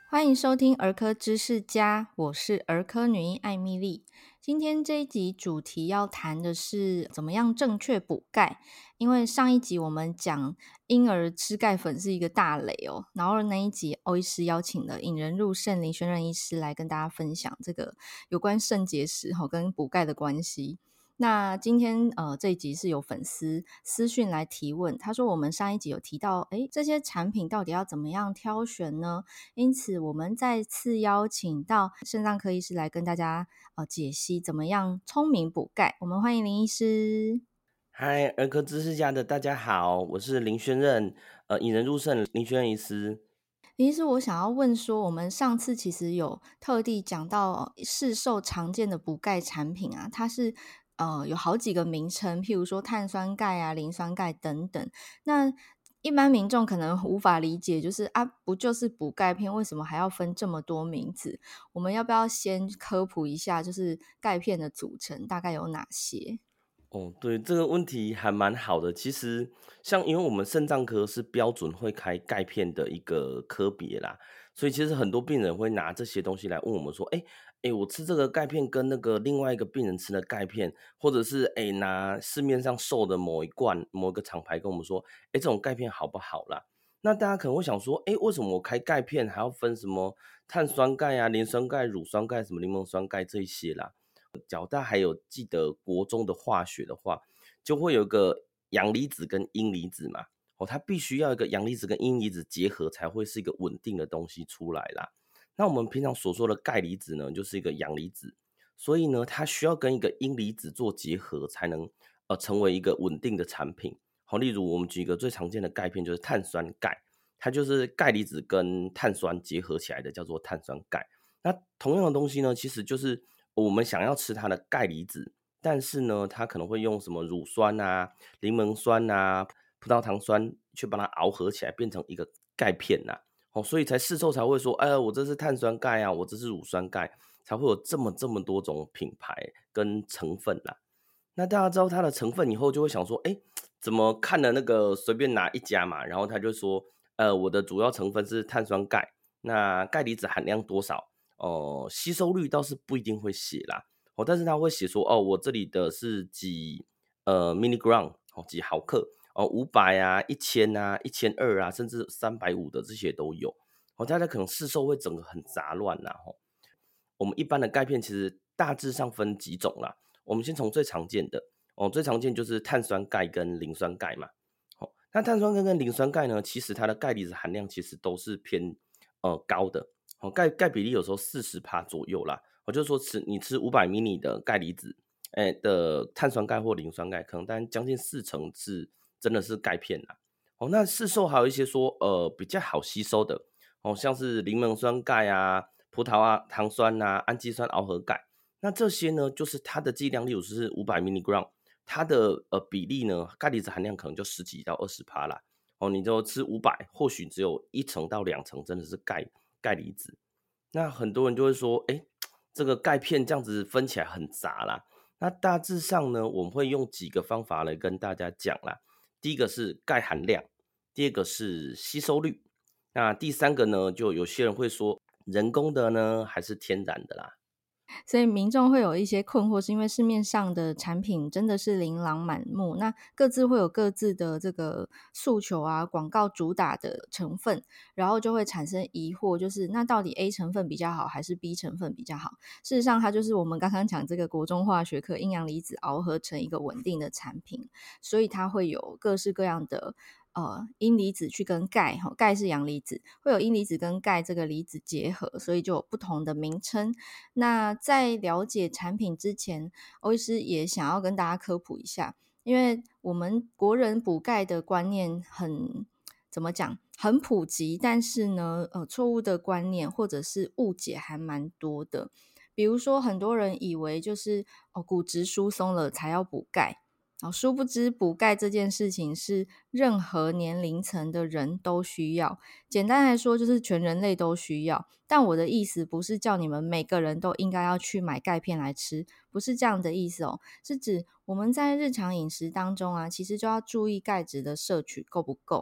欢迎收听儿科知识家，我是儿科女医艾米丽。今天这一集主题要谈的是怎么样正确补钙，因为上一集我们讲婴儿吃钙粉是一个大雷哦，然后那一集欧医师邀请了引人入胜林轩任医师来跟大家分享这个有关肾结石跟补钙的关系。那今天这一集是有粉丝私讯来提问，他说我们上一集有提到这些产品到底要怎么样挑选呢？因此我们再次邀请到肾脏科医师来跟大家解析怎么样聪明补钙。我们欢迎林医师。 嗨，儿科知识家的大家好，我是林轩任，引人入胜林轩任医师。 林医师，我想要问说，我们上次其实有特地讲到市售常见的补钙产品啊，它是有好几个名称，譬如说碳酸钙啊、磷酸钙等等。那一般民众可能无法理解，就是不就是补钙片，为什么还要分这么多名字？我们要不要先科普一下，就是钙片的组成大概有哪些？ 哦，对，这个问题还蛮好的。其实，像因为我们肾脏科是标准会开钙片的一个科别啦，所以其实很多病人会拿这些东西来问我们说，我吃这个钙片跟那个另外一个病人吃的钙片，或者是拿市面上售的某一罐某一个厂牌跟我们说，这种钙片好不好啦？那大家可能会想说，为什么我开钙片还要分什么碳酸钙啊、磷酸钙、乳酸钙、什么柠檬酸钙这一些啦？假如大家还有记得国中的化学的话，就会有一个阳离子跟阴离子嘛，它必须要一个阳离子跟阴离子结合才会是一个稳定的东西出来啦。那我们平常所说的钙离子呢，就是一个阳离子，所以呢，它需要跟一个阴离子做结合，才能成为一个稳定的产品。好，例如我们举一个最常见的钙片，就是碳酸钙，它就是钙离子跟碳酸结合起来的，叫做碳酸钙。那同样的东西呢，其实就是我们想要吃它的钙离子，但是呢，它可能会用什么乳酸啊、柠檬酸啊、葡萄糖酸去把它熬合起来，变成一个钙片呐、所以市售才会说，我这是碳酸钙啊，我这是乳酸钙，才会有这么多种品牌跟成分啦。那大家知道它的成分以后，就会想说，怎么看了那个随便拿一家嘛，然后他就说，我的主要成分是碳酸钙，那钙离子含量多少？吸收率倒是不一定会写啦，但是他会写说，我这里的是几milligram，几毫克，500啊、1000啊、1200啊，甚至350的这些都有，大家可能市售会整个很杂乱啦，我们一般的钙片其实大致上分几种啦，我们先从最常见的，最常见就是碳酸钙跟磷酸钙嘛，那碳酸钙跟磷酸钙呢，其实它的钙离子含量其实都是偏高的，钙比例有时候40%左右啦，就是说你吃500 ml 的钙离子，的碳酸钙或磷酸钙，可能当然将近40%是真的是钙片啦。那市售还有一些说比较好吸收的，像是柠檬酸钙啊、葡萄糖酸啊、氨基酸螯合钙，那这些呢，就是它的剂量，例如是500 mg，它的比例呢，钙离子含量可能就10几到20%啦。你就吃500，或许只有1成到2成真的是钙离子。那很多人就会说，这个钙片这样子分起来很杂啦。那大致上呢，我们会用几个方法来跟大家讲啦。第一个是钙含量，第二个是吸收率，那第三个呢，就有些人会说人工的呢，还是天然的啦。 所以民众会有一些困惑，是因为市面上的产品真的是琳琅满目，那各自会有各自的这个诉求啊，广告主打的成分，然后就会产生疑惑，就是那到底 A 成分比较好，还是 B 成分比较好？事实上，它就是我们刚刚讲这个国中化学课阴阳离子熬合成一个稳定的产品，所以它会有各式各样的阴离子去跟钙，钙是阳离子，会有阴离子跟钙这个离子结合，所以就有不同的名称。那在了解产品之前，欧医师也想要跟大家科普一下，因为我们国人补钙的观念怎么讲，很普及，但是呢，错误的观念或者是误解还蛮多的。比如说，很多人以为就是骨质疏松了才要补钙，殊不知补钙这件事情是任何年龄层的人都需要，简单来说就是全人类都需要。但我的意思不是叫你们每个人都应该要去买钙片来吃，不是这样的意思哦，是指我们在日常饮食当中啊，其实就要注意钙质的摄取够不够。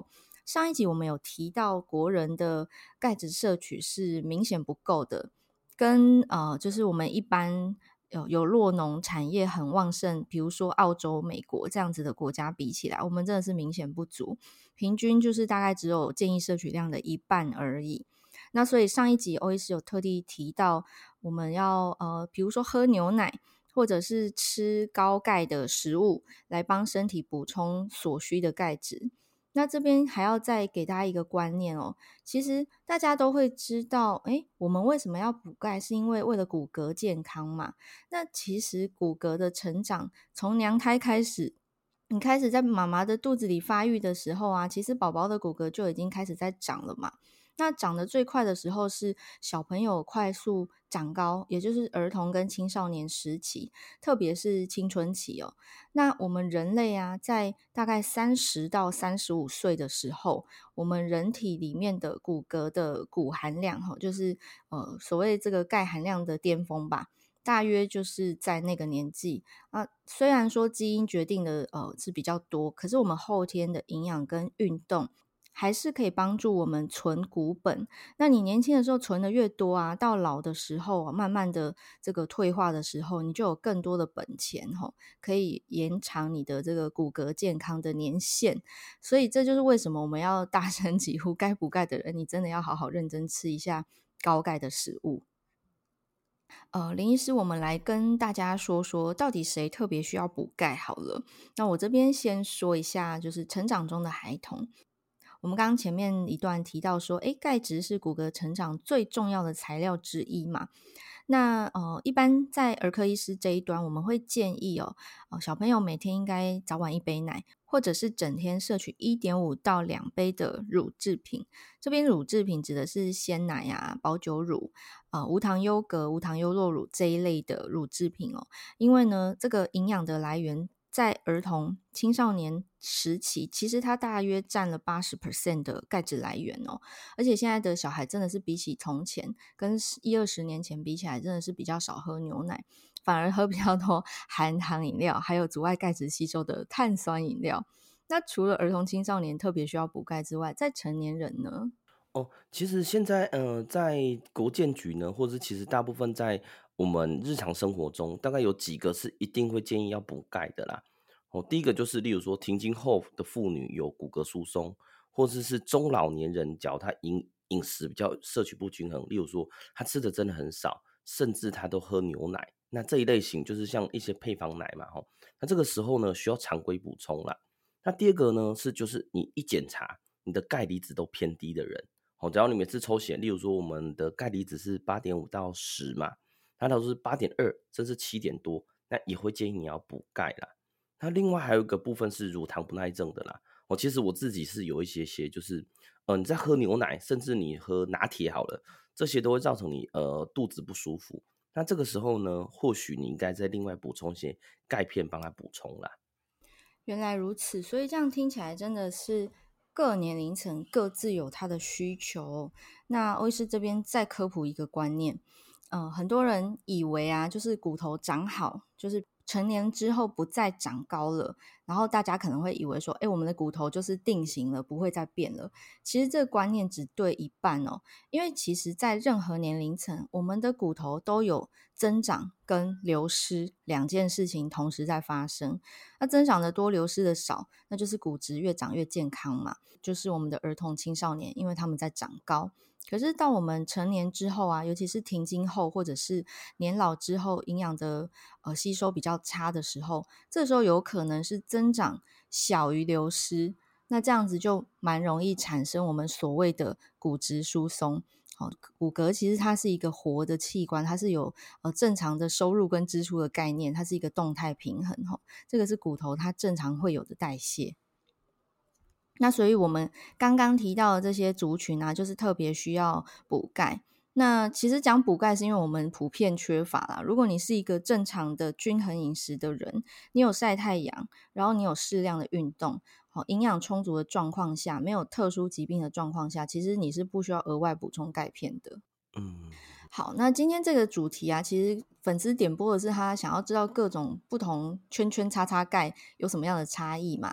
上一集我们有提到国人的钙质摄取是明显不够的，跟就是我们一般有酪农产业很旺盛，比如说澳洲、美国这样子的国家比起来，我们真的是明显不足，平均就是大概只有建议摄取量的一半而已。那所以上一集欧医师有特地提到，我们要比如说喝牛奶，或者是吃高钙的食物，来帮身体补充所需的钙质。那这边还要再给大家一个观念哦，其实大家都会知道，我们为什么要补钙？是因为为了骨骼健康嘛。那其实骨骼的成长，从娘胎开始，你开始在妈妈的肚子里发育的时候啊，其实宝宝的骨骼就已经开始在长了嘛。那长得最快的时候是小朋友快速长高，也就是儿童跟青少年时期，特别是青春期哦。那我们人类啊，在大概30到35岁的时候，我们人体里面的骨骼的钴含量，就是所谓这个钙含量的巅峰吧，大约就是在那个年纪啊。虽然说基因决定的是比较多，可是我们后天的营养跟运动，还是可以帮助我们存骨本。那你年轻的时候存的越多啊，到老的时候慢慢的这个退化的时候，你就有更多的本钱可以延长你的这个骨骼健康的年限。所以这就是为什么我们要大声疾呼，该补钙的人，你真的要好好认真吃一下高钙的食物。林医师，我们来跟大家说说，到底谁特别需要补钙好了。那我这边先说一下，就是成长中的孩童。我们刚刚前面一段提到说，钙质是骨骼成长最重要的材料之一嘛。那一般在儿科医师这一端，我们会建议小朋友每天应该早晚1杯奶，或者是整天摄取1.5到2杯的乳制品。这边乳制品指的是鲜奶啊、保久乳、无糖优格、无糖优酪乳这一类的乳制品哦。因为呢，这个营养的来源在儿童、青少年时期，其实它大约占了80% 的钙质来源哦。而且现在的小孩真的是比起从前，跟10-20年前比起来，真的是比较少喝牛奶，反而喝比较多含糖饮料，还有阻碍钙质吸收的碳酸饮料。那除了儿童、青少年特别需要补钙之外，在成年人呢？ 哦，其实现在，在国健局呢，或者是其实大部分在我们日常生活中，大概有几个是一定会建议要补钙的啦。哦，第一个就是例如说停经后的妇女有骨骼疏松，或者是中老年人，假如他饮食比较摄取不均衡，例如说他吃的真的很少，甚至他都喝牛奶，那这一类型就是像一些配方奶嘛，那这个时候呢需要常规补充啦。那第二个呢就是你一检查，你的钙离子都偏低的人。只要你每次抽血，例如说我们的钙离子是8.5到10嘛，它都是8.2，甚至7点多，那也会建议你要补钙啦。那另外还有一个部分是乳糖不耐症的啦。其实我自己是有一些，就是你在喝牛奶，甚至你喝拿铁好了，这些都会造成你肚子不舒服。那这个时候呢，或许你应该再另外补充一些钙片帮它补充啦。 原来如此，所以这样听起来真的是各年龄层各自有他的需求哦。那欧医师这边再科普一个观念，很多人以为啊，就是骨头长好，就是成年之后不再长高了，然后大家可能会以为说，我们的骨头就是定型了，不会再变了。其实这个观念只对一半哦，因为其实在任何年龄层，我们的骨头都有增长跟流失两件事情同时在发生。那增长的多，流失的少，那就是骨质越长越健康嘛。就是我们的儿童、青少年，因为他们在长高。可是到我们成年之后啊，尤其是停经后或者是年老之后，营养的吸收比较差的时候，这时候有可能是增长小于流失，那这样子就蛮容易产生我们所谓的骨质疏松。骨骼其实它是一个活的器官，它是有正常的收入跟支出的概念，它是一个动态平衡这个是骨头它正常会有的代谢。那所以我们刚刚提到的这些族群啊，就是特别需要补钙。那其实讲补钙是因为我们普遍缺乏啦。如果你是一个正常的均衡饮食的人，你有晒太阳，然后你有适量的运动，营养充足的状况下，没有特殊疾病的状况下，其实你是不需要额外补充钙片的。 嗯。 好，那今天这个主题啊，其实粉丝点播的是他想要知道各种不同圈圈叉叉钙有什么样的差异嘛。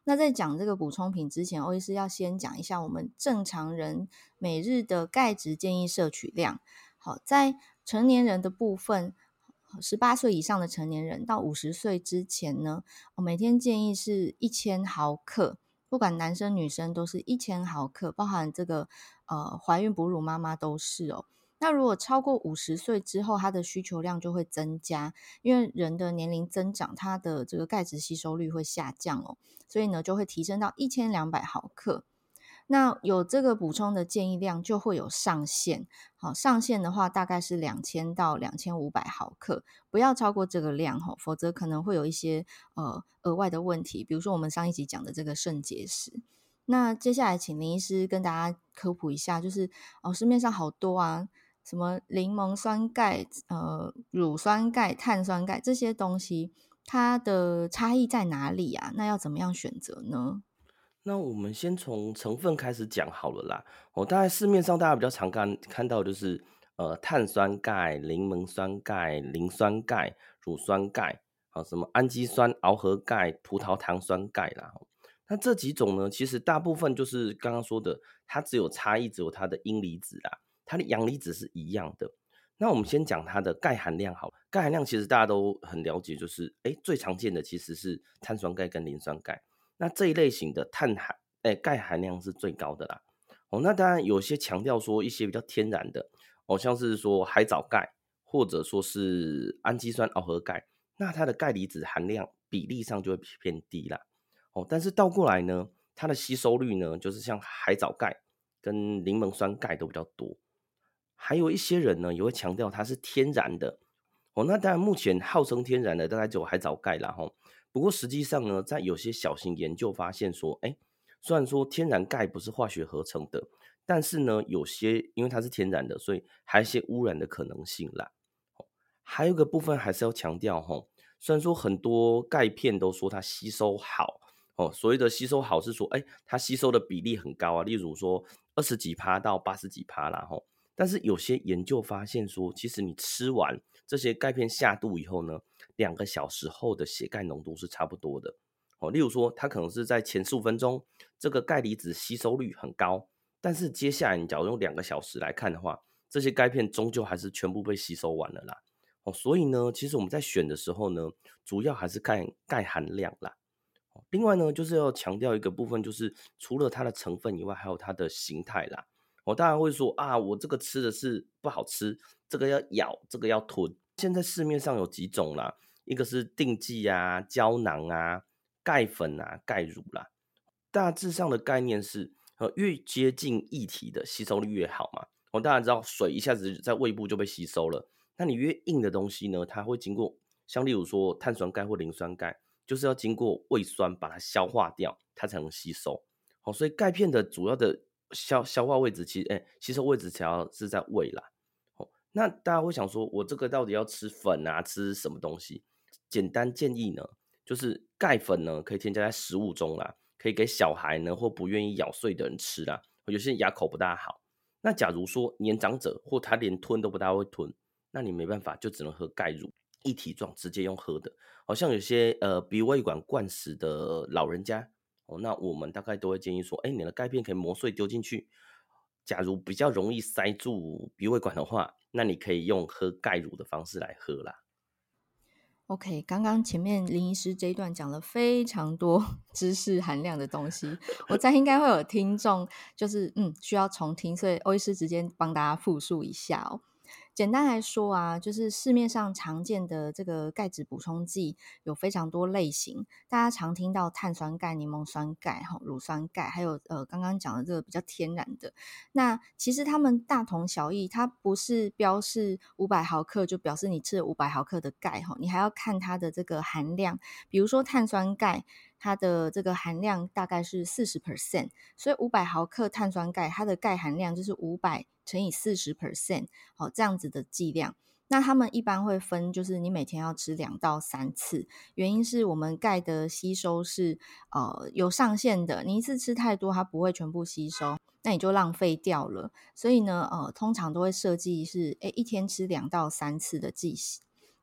那在讲这个补充品之前，欧医师要先讲一下我们正常人每日的钙质建议摄取量。好，在成年人的部分，18岁以上的成年人到50岁之前呢，每天建议是1000毫克，不管男生女生都是1000毫克，包含这个怀孕哺乳妈妈都是哦。那如果超过50岁之后，它的需求量就会增加，因为人的年龄增长，它的这个钙质吸收率会下降哦，所以呢就会提升到1200毫克。那有这个补充的建议量就会有上限，好，上限的话大概是2000到2500毫克，不要超过这个量，否则可能会有一些额外的问题，比如说我们上一集讲的这个肾结石。那接下来请林医师跟大家科普一下，就是市面上好多啊，什么柠檬酸钙、乳酸钙、碳酸钙这些东西，它的差异在哪里啊？那要怎么样选择呢？ 那我们先从成分开始讲好了啦。大概市面上大家比较常看到的就是碳酸钙、柠檬酸钙、磷酸钙、乳酸钙，什么氨基酸螯合钙、葡萄糖酸钙啦。那这几种呢，其实大部分就是刚刚说的，它只有差异，只有它的阴离子啦，它的阳离子是一样的。那我们先讲它的钙含量好了，钙含量其实大家都很了解，就是最常见的其实是碳酸钙跟磷酸钙。那这一类型的钙含量是最高的啦。那当然有些强调说一些比较天然的，像是说海藻钙或者说是氨基酸螯合钙，那它的钙离子含量比例上就会偏低啦。但是倒过来呢，它的吸收率呢，就是像海藻钙跟柠檬酸钙都比较多。还有一些人呢也会强调它是天然的。那当然目前号称天然的大概只有海藻钙啦。不过实际上呢，在有些小型研究发现说，虽然说天然钙不是化学合成的，但是呢，有些因为它是天然的，所以还有一些污染的可能性啦。还有一个部分还是要强调，虽然说很多钙片都说它吸收好，所谓的吸收好是说，它吸收的比例很高啊，例如说20几%到80几%啦，但是有些研究发现说，其实你吃完这些钙片下肚以后呢，2个小时后的血钙浓度是差不多的。例如说，它可能是在前15分钟，这个钙离子吸收率很高，但是接下来你假如用2个小时来看的话，这些钙片终究还是全部被吸收完了啦。所以呢，其实我们在选的时候呢，主要还是看钙含量啦。另外呢，就是要强调一个部分，就是除了它的成分以外，还有它的形态啦。我当然会说啊，我这个吃的是不好吃，这个要咬，这个要吞。现在市面上有几种啦，一个是定剂啊、胶囊啊、钙粉啊、钙乳啦。大致上的概念是，越接近液体的吸收率越好嘛。我当然知道水一下子在胃部就被吸收了，那你越硬的东西呢，它会经过，像例如说碳酸钙或磷酸钙，就是要经过胃酸把它消化掉，它才能吸收。所以钙片的主要的消化位置，其实吸收位置才要是在胃啦。那大家会想说，我这个到底要吃粉啊，吃什么东西？简单建议呢，就是钙粉呢可以添加在食物中啦，可以给小孩呢或不愿意咬碎的人吃啦，有些人牙口不大好。那假如说年长者或他连吞都不大会吞，那你没办法，就只能喝钙乳，一体状直接用喝的。好像有些鼻胃管灌食的老人家，那我们大概都会建议说，你的钙片可以磨碎丢进去。假如比较容易塞住鼻胃管的话，那你可以用喝钙乳的方式来喝啦。 OK，刚刚前面林医师这一段讲了非常多知识含量的东西，我猜应该会有听众就是需要重听，所以欧医师直接帮大家复述一下哦。简单来说啊，就是市面上常见的这个钙质补充剂有非常多类型，大家常听到碳酸钙、柠檬酸钙、乳酸钙，还有刚刚讲的这个比较天然的。那其实它们大同小异，它不是标示500毫克就表示你吃了500毫克的钙，你还要看它的这个含量。比如说碳酸钙，它的这个含量大概是40%，所以500毫克碳酸钙，它的钙含量就是500乘以40%，这样子的剂量。那他们一般会分，就是你每天要吃2到3次，原因是我们钙的吸收是有上限的，你一次吃太多，它不会全部吸收，那你就浪费掉了。所以呢，通常都会设计是一天吃2到3次的剂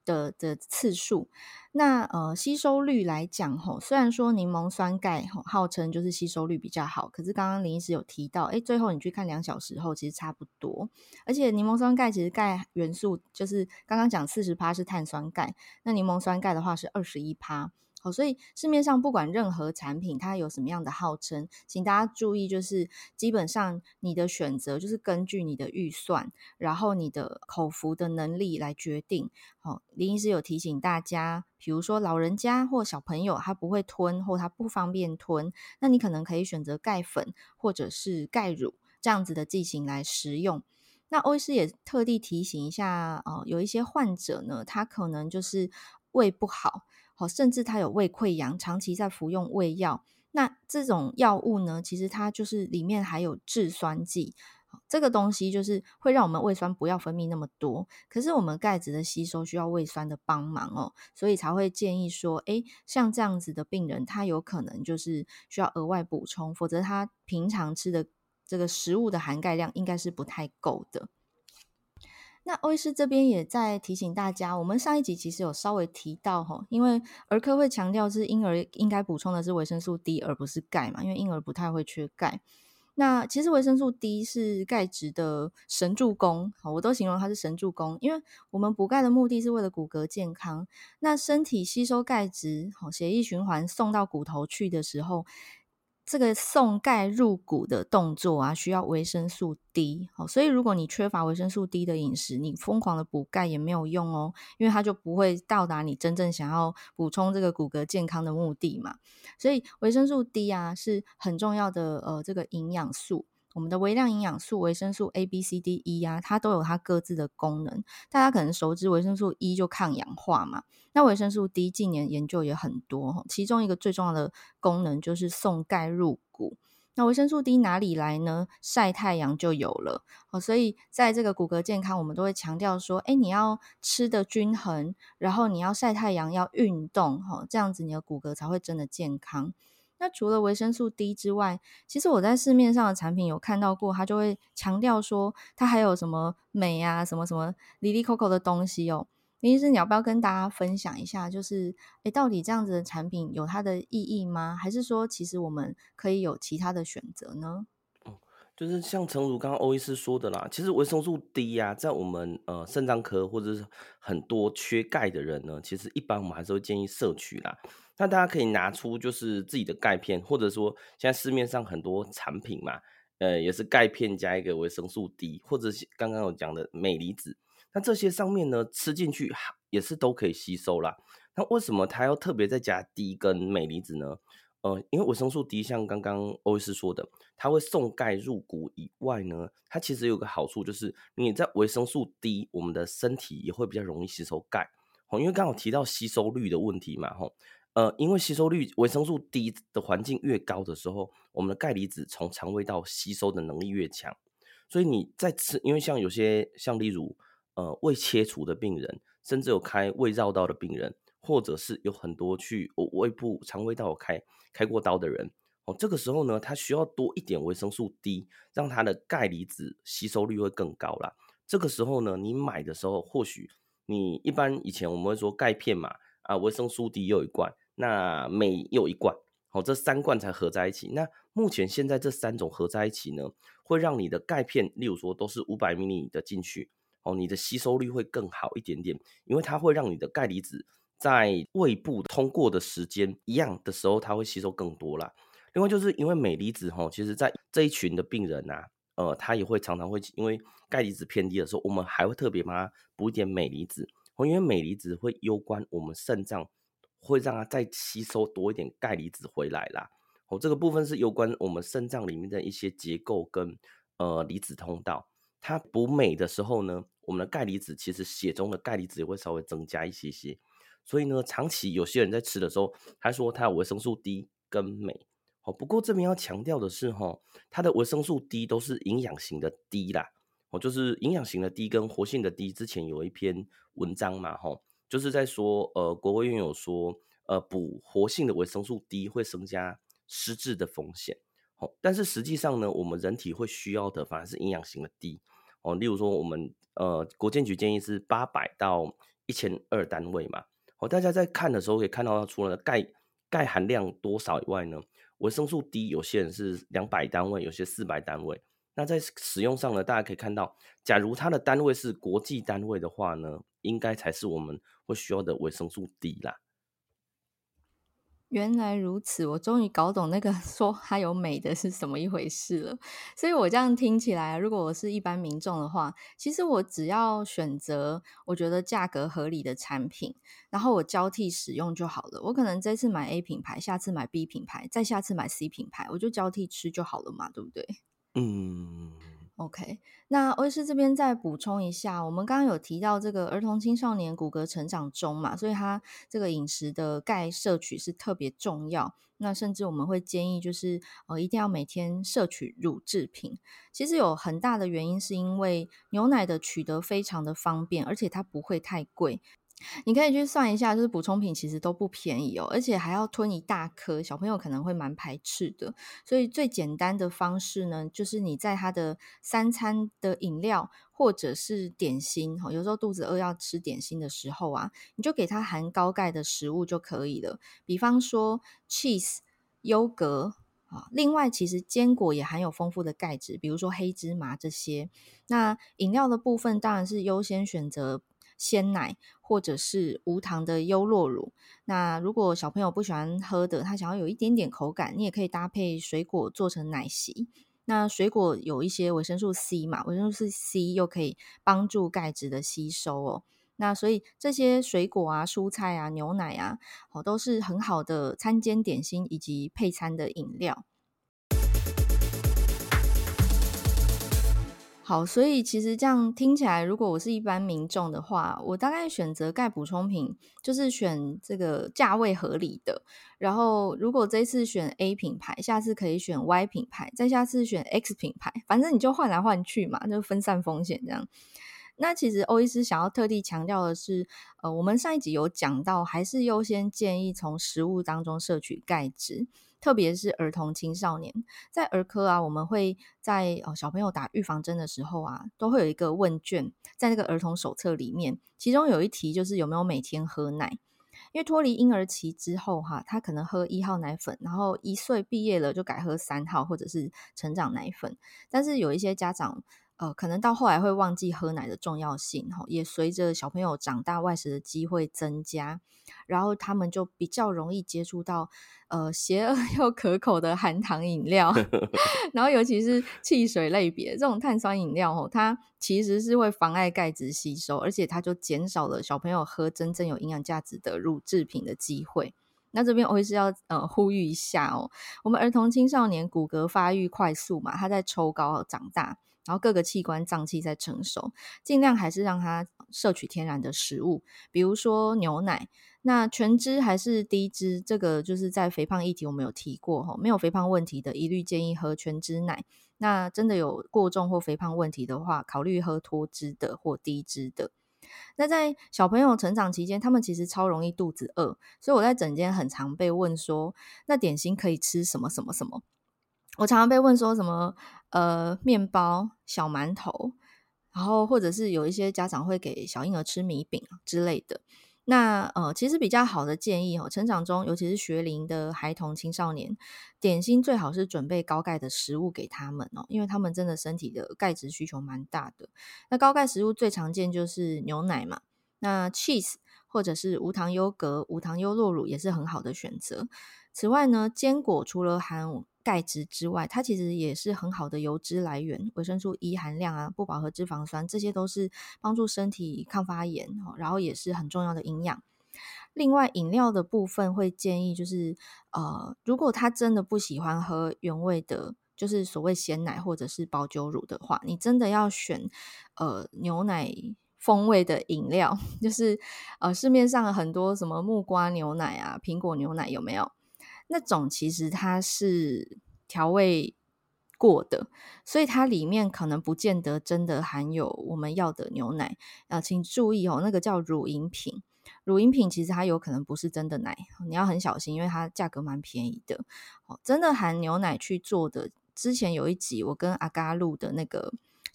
的次数。那吸收率来讲虽然说柠檬酸钙号称就是吸收率比较好，可是刚刚林医师有提到，最后你去看2小时后其实差不多。而且柠檬酸钙其实钙元素就是刚刚讲40%是碳酸钙，那柠檬酸钙的话是21%。所以市面上不管任何产品它有什么样的号称，请大家注意，就是基本上你的选择就是根据你的预算，然后你的口服的能力来决定。林医师有提醒大家，比如说老人家或小朋友他不会吞或他不方便吞，那你可能可以选择钙粉或者是钙乳这样子的剂型来食用。那欧医师也特地提醒一下，有一些患者呢，他可能就是胃不好，甚至他有胃溃疡，长期在服用胃药。那这种药物呢，其实它就是里面还有制酸剂，这个东西就是会让我们胃酸不要分泌那么多。可是我们钙质的吸收需要胃酸的帮忙所以才会建议说，像这样子的病人，他有可能就是需要额外补充，否则他平常吃的这个食物的含钙量应该是不太够的。那欧医师这边也在提醒大家，我们上一集其实有稍微提到因为儿科会强调是婴儿应该补充的是维生素 D 而不是钙嘛，因为婴儿不太会缺钙。那其实维生素 D 是钙质的神助攻，我都形容它是神助攻，因为我们补钙的目的是为了骨骼健康。那身体吸收钙质，血液循环送到骨头去的时候，这个送钙入骨的动作啊，需要维生素 D，所以如果你缺乏维生素 D 的饮食，你疯狂的补钙也没有用因为它就不会到达你真正想要补充这个骨骼健康的目的嘛。所以维生素 D 啊是很重要的这个营养素。我们的微量营养素维生素 A、B、C、D、E 啊，它都有它各自的功能。大家可能熟知维生素 E 就抗氧化嘛，那维生素 D 近年研究也很多，其中一个最重要的功能就是送钙入骨。那维生素 D 哪里来呢？晒太阳就有了所以在这个骨骼健康，我们都会强调说，你要吃的均衡，然后你要晒太阳，要运动这样子你的骨骼才会真的健康。那除了维生素 D 之外，其实我在市面上的产品有看到过，它就会强调说它还有什么镁啊，什么什么里里扣扣的东西林医师，你要不要跟大家分享一下，就是到底这样子的产品有它的意义吗？还是说其实我们可以有其他的选择呢？ 就是像诚如刚刚欧医师说的啦，其实维生素 D 呀、在我们肾脏科或者是很多缺钙的人呢，其实一般我们还是会建议摄取啦。那大家可以拿出就是自己的钙片，或者说现在市面上很多产品嘛，也是钙片加一个维生素 D，或者是刚刚有讲的镁离子。那这些上面呢，吃进去也是都可以吸收啦。那为什么它要特别再加 D 跟镁离子呢？因为维生素 D 像刚刚欧医师说的，它会送钙入骨以外呢，它其实有个好处就是你在维生素 D，我们的身体也会比较容易吸收钙。因为刚好提到吸收率的问题嘛，因为吸收率维生素 D 的环境越高的时候，我们的钙离子从肠胃道吸收的能力越强，所以你在吃，因为像有些像例如胃切除的病人，甚至有开胃绕道的病人，或者是有很多去胃部肠胃道有开过刀的人，这个时候呢，他需要多一点维生素 D，让他的钙离子吸收率会更高啦。这个时候呢，你买的时候，或许你一般以前我们会说钙片嘛，维生素 D 又一罐，那镁又一罐，这3罐才合在一起。那目前现在这3种合在一起呢，会让你的钙片，例如说都是500ml 的进去，你的吸收率会更好一点点，因为它会让你的钙离子在胃部通过的时间一样的时候，它会吸收更多啦。另外就是因为镁离子其实在这一群的病人啊，他也会常常会因为钙离子偏低的时候，我们还会特别帮他补一点镁离子，因为镁离子会攸关我们肾脏，会让它再吸收多一点钙离子回来啦。这个部分是攸关我们肾脏里面的一些结构跟离子通道。它补镁的时候呢，我们的钙离子其实血中的钙离子也会稍微增加一些些，所以呢，长期有些人在吃的时候，他说他有维生素 D 跟镁。不过这边要强调的是它的维生素 D 都是营养型的 D 啦，就是营养型的 D 跟活性的 D，之前有一篇文章嘛，就是在说国卫院有说补活性的维生素 D 会增加失智的风险。但是实际上呢，我们人体会需要的反而是营养型的 D。例如说我们国健局建议是800到 1200单位嘛。大家在看的时候可以看到，它除了钙含量多少以外呢，维生素 D 有些人是200单位，有些400单位。那在使用上呢，大家可以看到，假如它的单位是国际单位的话呢，应该才是我们会需要的维生素 D 啦。 原来如此，我终于搞懂那个说它有镁的是什么一回事了。所以我这样听起来，如果我是一般民众的话，其实我只要选择我觉得价格合理的产品，然后我交替使用就好了。我可能这次买 A 品牌，下次买 B 品牌，再下次买 C 品牌，我就交替吃就好了嘛，对不对？ 嗯。 OK，那欧医师这边再补充一下，我们刚刚有提到这个儿童青少年骨骼成长中嘛，所以它这个饮食的钙摄取是特别重要。那甚至我们会建议就是一定要每天摄取乳制品。其实有很大的原因是因为牛奶的取得非常的方便，而且它不会太贵。你可以去算一下，就是补充品其实都不便宜哦，而且还要吞一大颗，小朋友可能会蛮排斥的。所以最简单的方式呢，就是你在他的三餐的饮料或者是点心，有时候肚子饿要吃点心的时候啊，你就给他含高钙的食物就可以了。比方说 cheese、优格啊，另外其实坚果也含有丰富的钙质，比如说黑芝麻这些。那饮料的部分当然是优先选择鲜奶或者是无糖的优酪乳。那如果小朋友不喜欢喝的，他想要有一点点口感，你也可以搭配水果做成奶昔。那水果有一些维生素 C 嘛，维生素 C 又可以帮助钙质的吸收哦。那所以这些水果啊、蔬菜啊、牛奶啊，都是很好的餐间点心以及配餐的饮料。好，所以其实这样听起来，如果我是一般民众的话，我大概选择钙补充品，就是选这个价位合理的。然后，如果这次选 A 品牌，下次可以选 Y 品牌，再下次选 X 品牌，反正你就换来换去嘛，就分散风险这样。那其实欧医师想要特地强调的是，我们上一集有讲到，还是优先建议从食物当中摄取钙质，特别是儿童青少年。在儿科啊，我们会在小朋友打预防针的时候啊，都会有一个问卷，在那个儿童手册里面，其中有一题就是有没有每天喝奶。因为脱离婴儿期之后哈，他可能喝1号奶粉，然后1岁毕业了就改喝3号或者是成长奶粉。但是有一些家长可能到后来会忘记喝奶的重要性，也随着小朋友长大，外食的机会增加，然后他们就比较容易接触到邪恶又可口的含糖饮料，然后尤其是汽水类别这种碳酸饮料它其实是会妨碍钙质吸收，而且它就减少了小朋友喝真正有营养价值的乳制品的机会。那这边我也是要呼吁一下哦，我们儿童青少年骨骼发育快速嘛，他在抽高长大，然后各个器官脏器在成熟，尽量还是让他摄取天然的食物，比如说牛奶。那全脂还是低脂，这个就是在肥胖议题我们有提过，没有肥胖问题的一律建议喝全脂奶。那真的有过重或肥胖问题的话，考虑喝脱脂的或低脂的。那在小朋友成长期间，他们其实超容易肚子饿，所以我在诊间很常被问说，那点心可以吃什么什么什么？我常常被问说什么面包、小馒头，然后或者是有一些家长会给小婴儿吃米饼之类的。那其实比较好的建议成长中尤其是学龄的孩童青少年，点心最好是准备高钙的食物给他们因为他们真的身体的钙质需求蛮大的。那高钙食物最常见就是牛奶嘛，那 cheese 或者是无糖优格、无糖优酪乳也是很好的选择。此外呢，坚果除了含钙质之外，它其实也是很好的油脂来源，维生素 E 含量啊，不饱和脂肪酸，这些都是帮助身体抗发炎，然后也是很重要的营养。另外饮料的部分会建议就是如果他真的不喜欢喝原味的，就是所谓鲜奶或者是保酒乳的话，你真的要选牛奶风味的饮料，就是市面上很多什么木瓜牛奶啊、苹果牛奶有没有？那种其实它是调味过的，所以它里面可能不见得真的含有我们要的牛奶。请注意那个叫乳饮品。乳饮品其实它有可能不是真的奶，你要很小心，因为它价格蛮便宜的。真的含牛奶去做的，之前有一集我跟阿嘎录的那个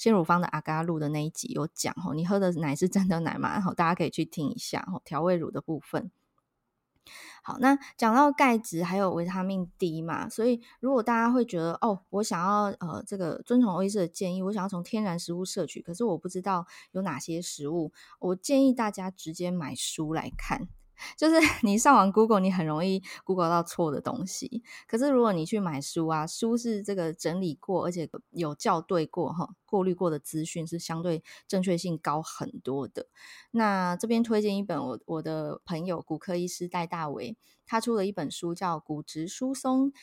鲜乳方的阿嘎露的那一集有讲你喝的奶是真的奶吗？大家可以去听一下调味乳的部分。好，那讲到钙质还有维他命 D 嘛，所以如果大家会觉得我想要这个遵从欧医师的建议，我想要从天然食物摄取，可是我不知道有哪些食物，我建议大家直接买书来看。就是你上网 Google 你很容易 Google 到错的东西，可是如果你去买书啊，书是这个整理过而且有校对过过滤过的资讯，是相对正确性高很多的。那这边推荐一本我的朋友骨科医师戴大为，他出了一本书叫骨质疏松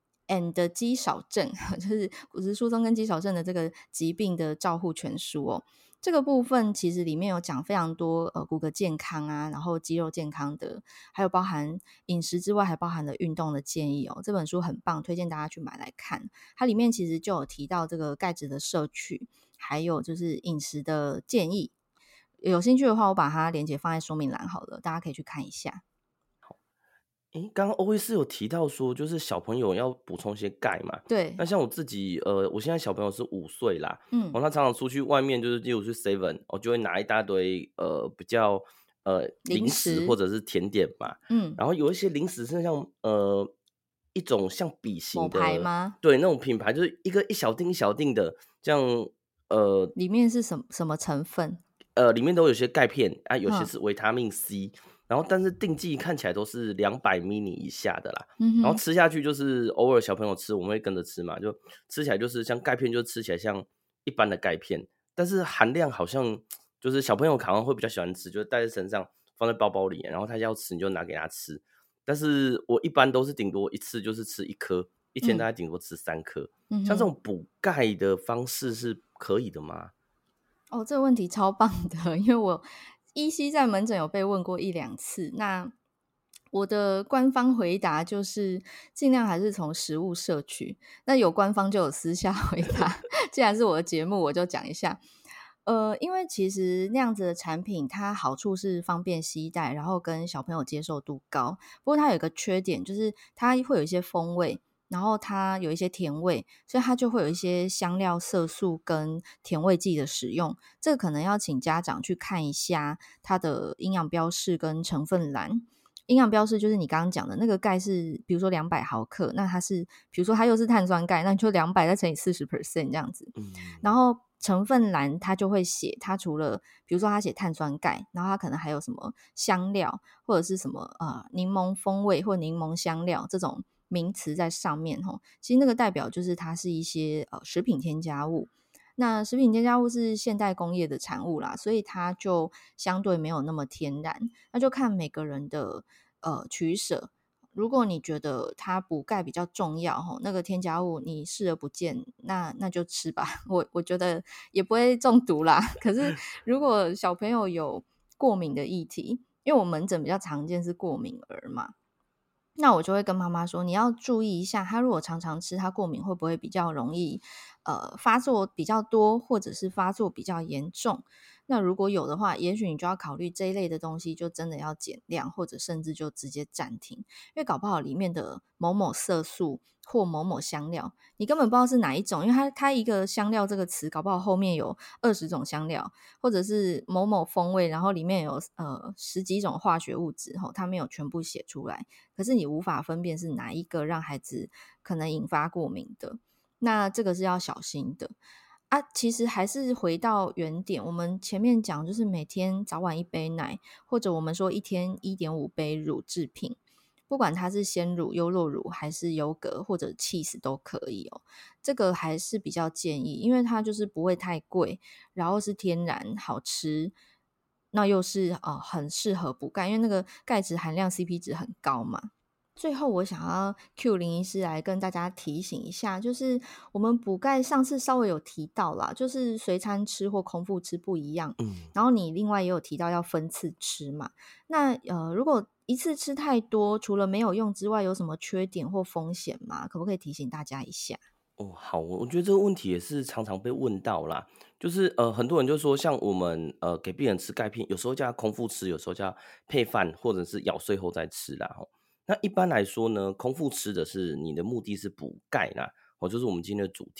and 肌少症，就是骨质疏松跟肌少症的这个疾病的照护全书这个部分其实里面有讲非常多骨骼健康啊，然后肌肉健康的，还有包含饮食之外还包含了运动的建议这本书很棒，推荐大家去买来看。它里面其实就有提到这个钙质的摄取，还有就是饮食的建议。有兴趣的话我把它连结放在说明栏好了，大家可以去看一下。 刚刚欧医师有提到说，就是小朋友要补充一些钙嘛。 对， 那像我自己，我现在小朋友是5岁啦，他常常出去外面，就是例如去 Seven，就会拿一大堆比较零食或者是甜点嘛。然后有一些零食是像一种像笔型某牌的， 吗？ 对，那种品牌就是一小锭一小锭的，这样里面是什么成分？ 里面都有些钙片啊，有些是维他命 C。然后但是定剂看起来都是200 mini 以下的啦，然后吃下去就是偶尔小朋友吃，我们会跟着吃嘛，就吃起来就是像钙片，就吃起来像一般的钙片，但是含量好像就是小朋友好像会比较喜欢吃，就带在身上放在包包里，然后他要吃你就拿给他吃。但是我一般都是顶多一次就是吃1颗，一天大概顶多吃3颗。像这种补钙的方式是可以的吗？ 这个问题超棒的，因为我依稀在门诊有被问过1-2次，那我的官方回答就是尽量还是从食物摄取，那有官方就有私下回答既然是我的节目我就讲一下。因为其实那样子的产品它好处是方便携带，然后跟小朋友接受度高，不过它有一个缺点就是它会有一些风味，然后它有一些甜味，所以它就会有一些香料、色素跟甜味剂的使用，这个可能要请家长去看一下它的营养标示跟成分栏。营养标示就是你刚刚讲的那个钙是比如说200毫克，那它是比如说它又是碳酸钙，那就200再乘以40% 这样子。然后成分栏它就会写，它除了比如说它写碳酸钙，然后它可能还有什么香料或者是什么柠檬风味或柠檬香料这种名词在上面其实那个代表就是它是一些食品添加物。那食品添加物是现代工业的产物啦，所以它就相对没有那么天然，那就看每个人的取舍。如果你觉得它补钙比较重要那个添加物你视而不见，那就吃吧，我觉得也不会中毒啦。可是如果小朋友有过敏的议题，因为我门诊比较常见是过敏儿嘛，那我就会跟妈妈说，你要注意一下，他如果常常吃，他过敏会不会比较容易发作比较多，或者是发作比较严重。那如果有的话，也许你就要考虑这一类的东西就真的要减量，或者甚至就直接暂停，因为搞不好里面的某某色素或某某香料你根本不知道是哪一种，因为它一个香料这个词搞不好后面有20种香料，或者是某某风味，然后里面有10几种化学物质它没有全部写出来，可是你无法分辨是哪一个让孩子可能引发过敏的，那这个是要小心的其实还是回到原点，我们前面讲就是每天早晚1杯奶，或者我们说一天1.5杯乳制品，不管它是鲜乳、优酪乳还是优格或者 cheese 都可以这个还是比较建议，因为它就是不会太贵，然后是天然好吃，那又是很适合补钙，因为那个钙质含量 CP 值很高嘛。最后我想要 Q 林医师来跟大家提醒一下，就是我们补钙上次稍微有提到啦，就是随餐吃或空腹吃不一样，然后你另外也有提到要分次吃嘛，那如果一次吃太多，除了没有用之外，有什么缺点或风险吗？可不可以提醒大家一下？ 好，我觉得这个问题也是常常被问到啦，就是很多人就说，像我们给病人吃钙片，有时候叫他空腹吃，有时候叫他配饭或者是咬碎后再吃啦。那一般来说呢，空腹吃的是你的目的是补钙啦，就是我们今天的主题。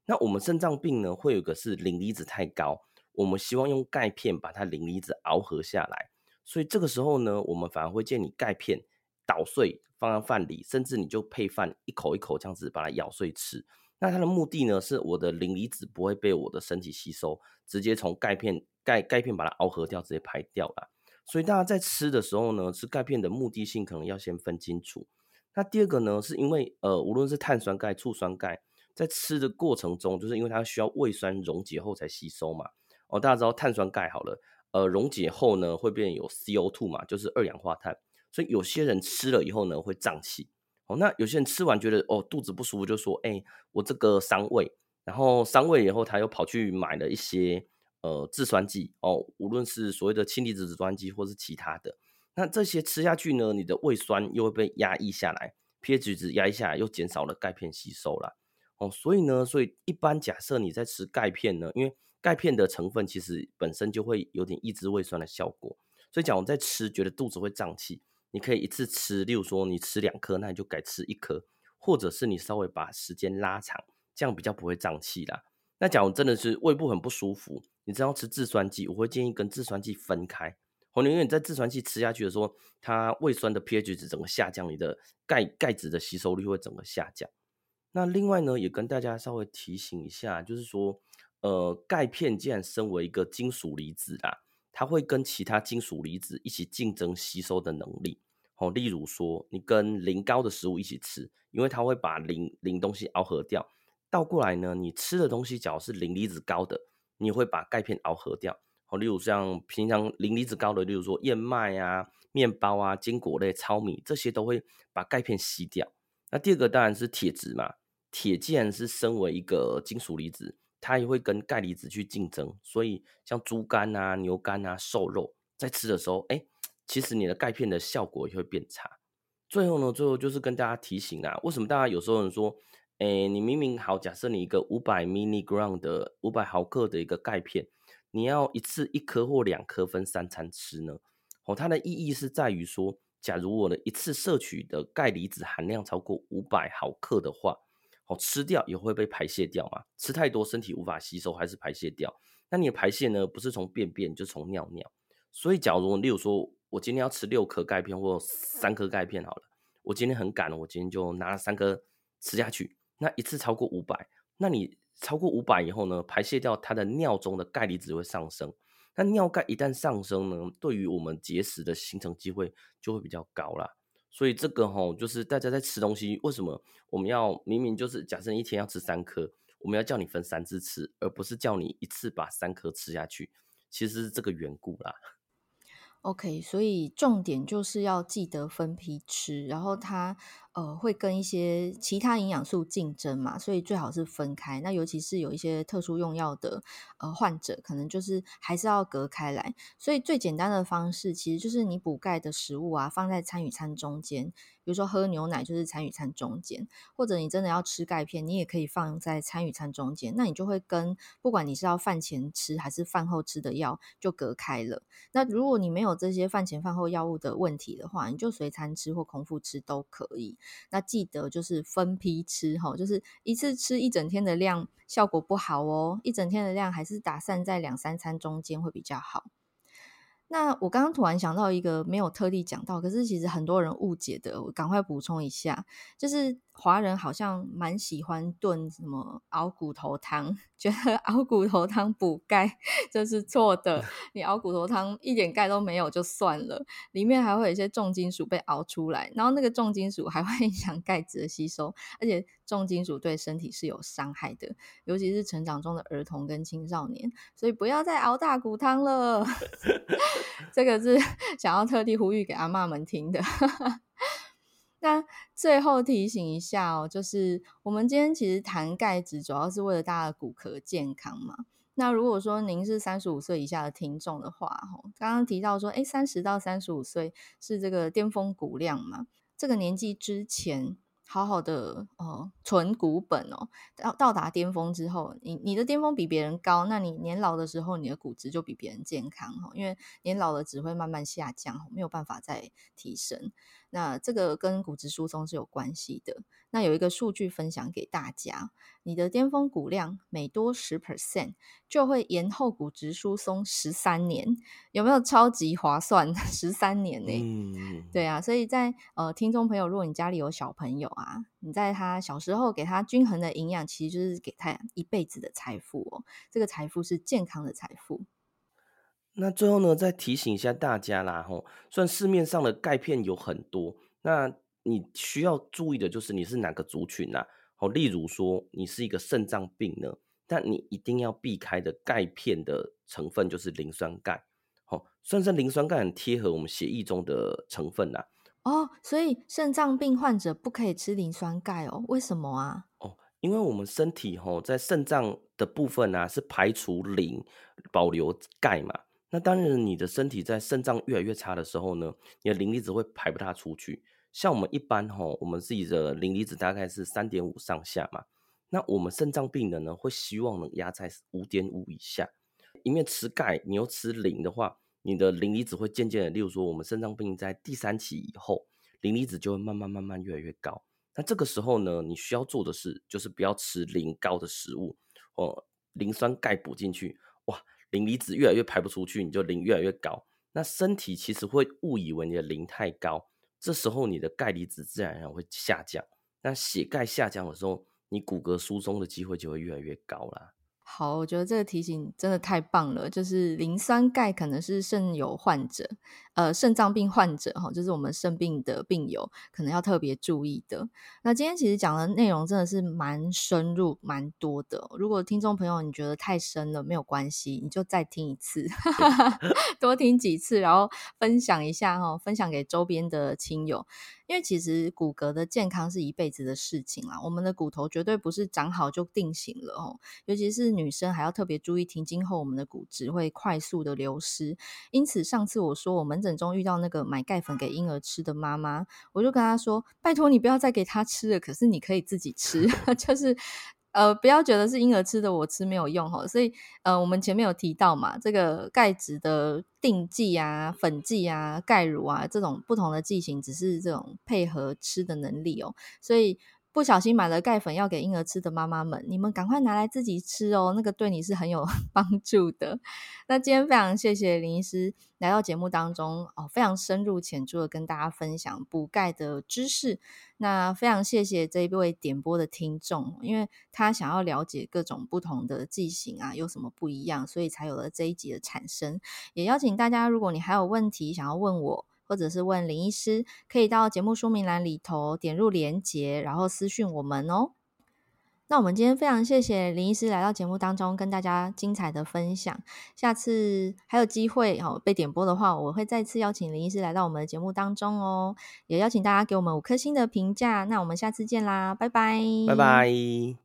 那我们肾脏病呢，会有一个是磷离子太高，我们希望用钙片把它磷离子螯合下来，所以这个时候呢，我们反而会建议你钙片捣碎放在饭里，甚至你就配饭一口一口这样子把它咬碎吃。那它的目的呢，是我的磷离子不会被我的身体吸收，直接从钙片把它螯合掉，直接排掉啦。所以大家在吃的时候呢，吃钙片的目的性可能要先分清楚。那第二个呢，是因为无论是碳酸钙、醋酸钙，在吃的过程中，就是因为它需要胃酸溶解后才吸收嘛。大家知道碳酸钙好了，溶解后呢会变有 CO2 嘛，就是二氧化碳。所以有些人吃了以后呢会胀气。那有些人吃完觉得肚子不舒服，就说我这个伤胃，然后伤胃以后他又跑去买了一些制酸剂无论是所谓的氢离子制酸剂或是其他的。那这些吃下去呢，你的胃酸又会被压抑下来，pH 值压抑下来，又减少了钙片吸收啦。所以一般假设你在吃钙片呢，因为钙片的成分其实本身就会有点抑制胃酸的效果，所以假如在吃觉得肚子会胀气，你可以一次吃，例如说你吃2颗，那你就改吃1颗，或者是你稍微把时间拉长，这样比较不会胀气啦。那假如真的是胃部很不舒服，你真要吃制酸剂，我会建议跟制酸剂分开。因为你在制酸剂吃下去的时候，它胃酸的 pH 值整个下降，你的钙质的吸收率会整个下降。那另外呢，也跟大家稍微提醒一下，就是说，钙片既然身为一个金属离子啦，它会跟其他金属离子一起竞争吸收的能力。例如说，你跟磷高的食物一起吃，因为它会把磷东西螯合掉。倒过来呢，你吃的东西假如是磷离子高的，你会把钙片螯合掉。例如像平常磷离子高的，例如说燕麦啊、面包啊、坚果类、糙米，这些都会把钙片吸掉。那第二个当然是铁质嘛，铁既然是身为一个金属离子，它也会跟钙离子去竞争，所以像猪肝啊、牛肝啊、瘦肉，在吃的时候，其实你的钙片的效果也会变差。最后就是跟大家提醒啊，为什么大家有时候人说，你明明好，假设你一个500 milligram 的500毫克的一个钙片，你要一次1颗或2颗分3餐吃呢？它的意义是在于说，假如我的一次摄取的钙离子含量超过500毫克的话，吃掉也会被排泄掉嘛，吃太多身体无法吸收，还是排泄掉。那你的排泄呢，不是从便便，就从尿尿。所以假如例如说我今天要吃6颗钙片或3颗钙片好了，我今天很赶，我今天就拿了3颗吃下去，那一次超过500，那你超过500以后呢，排泄掉它的尿中的钙离子会上升。那尿钙一旦上升呢，对于我们结石的形成机会就会比较高啦。所以这个就是大家在吃东西，为什么我们要明明就是假设你一天要吃3颗，我们要叫你分3次吃，而不是叫你一次把3颗吃下去，其实是这个缘故啦。 OK，所以重点就是要记得分批吃，然后它会跟一些其他营养素竞争嘛，所以最好是分开。那尤其是有一些特殊用药的患者，可能就是还是要隔开来。所以最简单的方式其实就是你补钙的食物啊，放在餐与餐中间，比如说喝牛奶就是餐与餐中间，或者你真的要吃钙片，你也可以放在餐与餐中间，那你就会跟不管你是要饭前吃还是饭后吃的药就隔开了。那如果你没有这些饭前饭后药物的问题的话，你就随餐吃或空腹吃都可以。那记得就是分批吃就是一次吃一整天的量效果不好哦，一整天的量还是打散在2-3餐中间会比较好。那我刚刚突然想到一个没有特地讲到，可是其实很多人误解的，我赶快补充一下，就是华人好像蛮喜欢炖什么熬骨头汤，觉得熬骨头汤补钙，这是错的。你熬骨头汤一点钙都没有就算了，里面还会有一些重金属被熬出来，然后那个重金属还会影响钙质的吸收，而且重金属对身体是有伤害的，尤其是成长中的儿童跟青少年，所以不要再熬大骨汤了。这个是想要特地呼吁给阿嬷们听的。那最后提醒一下就是我们今天其实谈钙质主要是为了大家的骨骼健康嘛。那如果说您是35岁以下的听众的话，刚刚提到说30到35岁是这个巅峰骨量嘛，这个年纪之前好好的存骨本到达巅峰之后，你的巅峰比别人高，那你年老的时候你的骨质就比别人健康因为年老了只会慢慢下降，没有办法再提升。 那这个跟骨质疏松是有关系的。那有一个数据分享给大家，你的巅峰骨量每多10%，就会延后骨质疏松13年，有没有超级划算？13年呢？ 嗯。 对啊，所以在听众朋友，如果你家里有小朋友啊，你在他小时候给他均衡的营养，其实就是给他一辈子的财富哦。这个财富是健康的财富。 那最后呢，再提醒一下大家啦，吼，虽然市面上的钙片有很多，那你需要注意的就是你是哪个族群呐、哦，例如说你是一个肾脏病呢，但你一定要避开的钙片的成分就是磷酸钙。哦，虽然说磷酸钙很贴合我们血液中的成分呐、 哦，所以肾脏病患者不可以吃磷酸钙哦？为什么啊？ 哦，因为我们身体在肾脏的部分是排除磷，保留钙嘛。那当然，你的身体在肾脏越来越差的时候呢，你的磷离子会排不大出去。像我们一般我们自己的磷离子大概是3.5上下嘛。那我们肾脏病人呢，会希望能压在5.5以下。一面吃钙，你又吃磷的话，你的磷离子会渐渐的，例如说我们肾脏病在第3期以后，磷离子就会慢慢越来越高。那这个时候呢，你需要做的事就是不要吃磷高的食物哦，磷酸钙补进去，哇，磷离子越来越排不出去，你就磷越来越高。那身体其实会误以为你的磷太高，这时候你的钙离子自然而然会下降。那血钙下降的时候，你骨骼疏松的机会就会越来越高啦。 好，我觉得这个提醒真的太棒了。就是磷酸钙可能是肾友患者，肾脏病患者哈，就是我们肾病的病友可能要特别注意的。那今天其实讲的内容真的是蛮深入、蛮多的。如果听众朋友你觉得太深了，没有关系，你就再听一次，多听几次，然后分享一下哈，分享给周边的亲友。因为其实骨骼的健康是一辈子的事情啦，我们的骨头绝对不是长好就定型了哦。尤其是女生还要特别注意停经后我们的骨质会快速的流失。因此上次我说我门诊中遇到那个买钙粉给婴儿吃的妈妈，我就跟她说拜托你不要再给她吃了，可是你可以自己吃就是不要觉得是婴儿吃的我吃没有用齁。所以我们前面有提到嘛，这个钙质的定剂啊、粉剂啊、钙乳啊这种不同的剂型只是这种配合吃的能力哦。所以不小心买了钙粉要给婴儿吃的妈妈们，你们赶快拿来自己吃哦，那个对你是很有帮助的。那今天非常谢谢林医师来到节目当中哦，非常深入浅出的跟大家分享补钙的知识。那非常谢谢这一位点播的听众，因为他想要了解各种不同的剂型啊有什么不一样，所以才有了这一集的产生。也邀请大家，如果你还有问题想要问我，或者是问林医师，可以到节目说明栏里头点入连结，然后私讯我们哦。那我们今天非常谢谢林医师来到节目当中跟大家精彩的分享。下次还有机会被点播的话，我会再次邀请林医师来到我们的节目当中哦。也邀请大家给我们5颗星的评价。那我们下次见啦，拜拜。 拜拜。